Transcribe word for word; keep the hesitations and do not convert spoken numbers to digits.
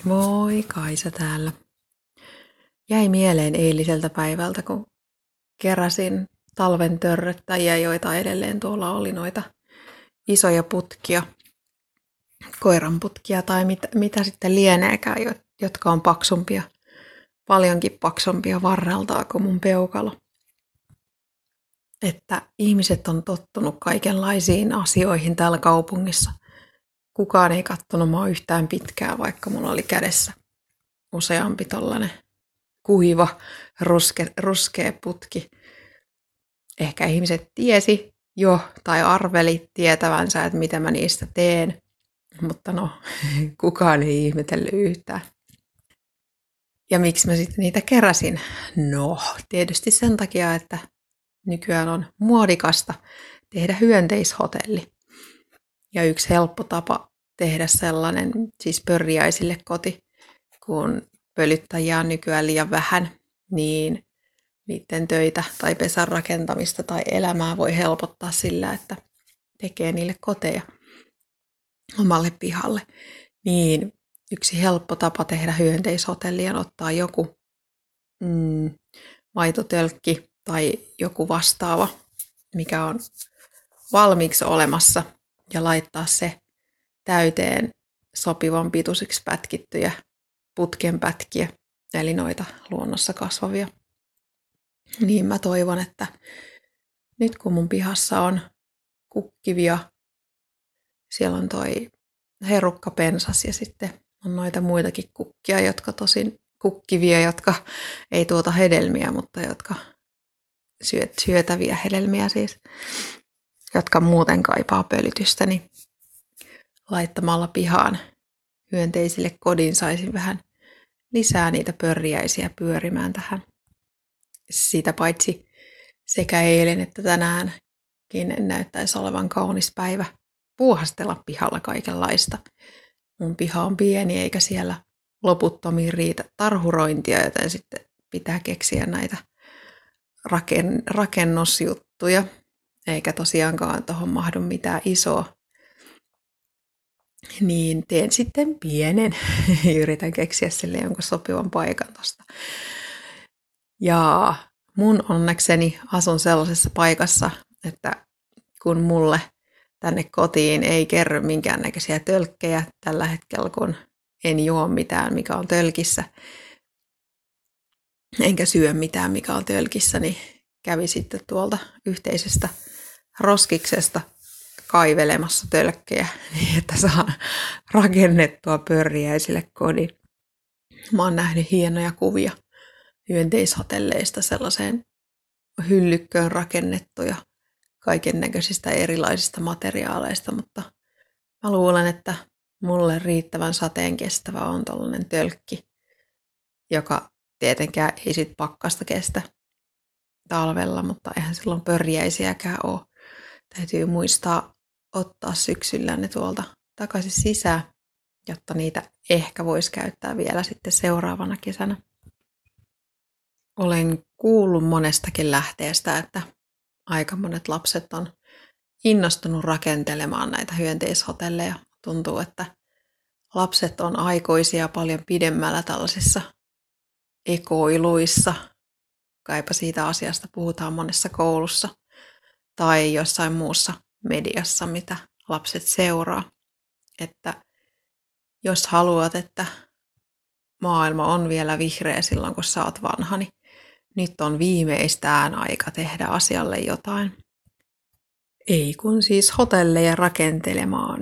Moi, Kaisa täällä. Jäi mieleen eiliseltä päivältä, kun keräsin talven törröttäjiä, joita edelleen tuolla oli noita isoja putkia, koiranputkia tai mit, mitä sitten lieneekään, jotka on paksumpia, paljonkin paksumpia varreltaan kuin mun peukalo. Että ihmiset on tottunut kaikenlaisiin asioihin täällä kaupungissa. Kukaan ei kattonut mua yhtään pitkään, vaikka mulla oli kädessä useampi tollanen kuiva, ruske, ruskea putki. Ehkä ihmiset tiesi jo tai arveli tietävänsä, että mitä mä niistä teen, mutta no, kukaan ei ihmetellyt yhtään. Ja miksi mä sitten niitä keräsin? No, tietysti sen takia, että nykyään on muodikasta tehdä hyönteishotelli. Ja yksi helppo tapa tehdä sellainen, siis pörriäisille koti, kun pölyttäjiä on nykyään liian vähän, niin niiden töitä tai pesän rakentamista tai elämää voi helpottaa sillä, että tekee niille koteja omalle pihalle. Niin yksi helppo tapa tehdä hyönteishotelli on ottaa joku mm, maitotölkki tai joku vastaava, mikä on valmiiksi olemassa, ja laittaa se täyteen sopivan pituisiksi pätkittyjä putkenpätkiä, eli noita luonnossa kasvavia. Niin mä toivon, että nyt kun mun pihassa on kukkivia, siellä on toi herukkapensas ja sitten on noita muitakin kukkia, jotka tosin kukkivia, jotka ei tuota hedelmiä, mutta jotka syöt, syötäviä hedelmiä siis, jotka muuten kaipaa pölytystä, niin laittamalla pihaan hyönteisille kodin saisin vähän lisää niitä pörriäisiä pyörimään tähän. Siitä paitsi sekä eilen että tänäänkin näyttäisi olevan kaunis päivä puuhastella pihalla kaikenlaista. Mun piha on pieni eikä siellä loputtomiin riitä tarhurointia, joten sitten pitää keksiä näitä raken, rakennusjuttuja. Eikä tosiaankaan tuohon mahdu mitään isoa. Niin teen sitten pienen. Yritän keksiä sille jonkun sopivan paikan tosta. Ja mun onnekseni asun sellaisessa paikassa, että kun mulle tänne kotiin ei kerry minkäännäköisiä tölkkejä tällä hetkellä, kun en juo mitään, mikä on tölkissä, enkä syö mitään, mikä on tölkissä, niin kävi sitten tuolta yhteisestä roskiksesta kaivelemassa tölkkejä, niin että saan rakennettua pörriäisille kodin. Mä oon nähnyt hienoja kuvia hyönteishotelleista sellaiseen hyllykköön rakennettuja kaiken näköisistä erilaisista materiaaleista, mutta mä luulen, että mulle riittävän sateen kestävä on tollainen tölkki, joka tietenkään ei sit pakkasta kestä talvella, mutta eihän silloin pörriäisiäkään ole. Täytyy muistaa ottaa syksyllä ne tuolta takaisin sisään, jotta niitä ehkä voisi käyttää vielä sitten seuraavana kesänä. Olen kuullut monestakin lähteestä, että aika monet lapset on innostunut rakentelemaan näitä hyönteishotelleja. Tuntuu, että lapset on aikuisia paljon pidemmällä tällaisissa ekoiluissa. Kaipa siitä asiasta puhutaan monessa koulussa tai jossain muussa mediassa, mitä lapset seuraa. Että jos haluat, että maailma on vielä vihreä silloin, kun sä oot vanha, niin nyt on viimeistään aika tehdä asialle jotain. Ei kun siis hotelleja rakentelemaan.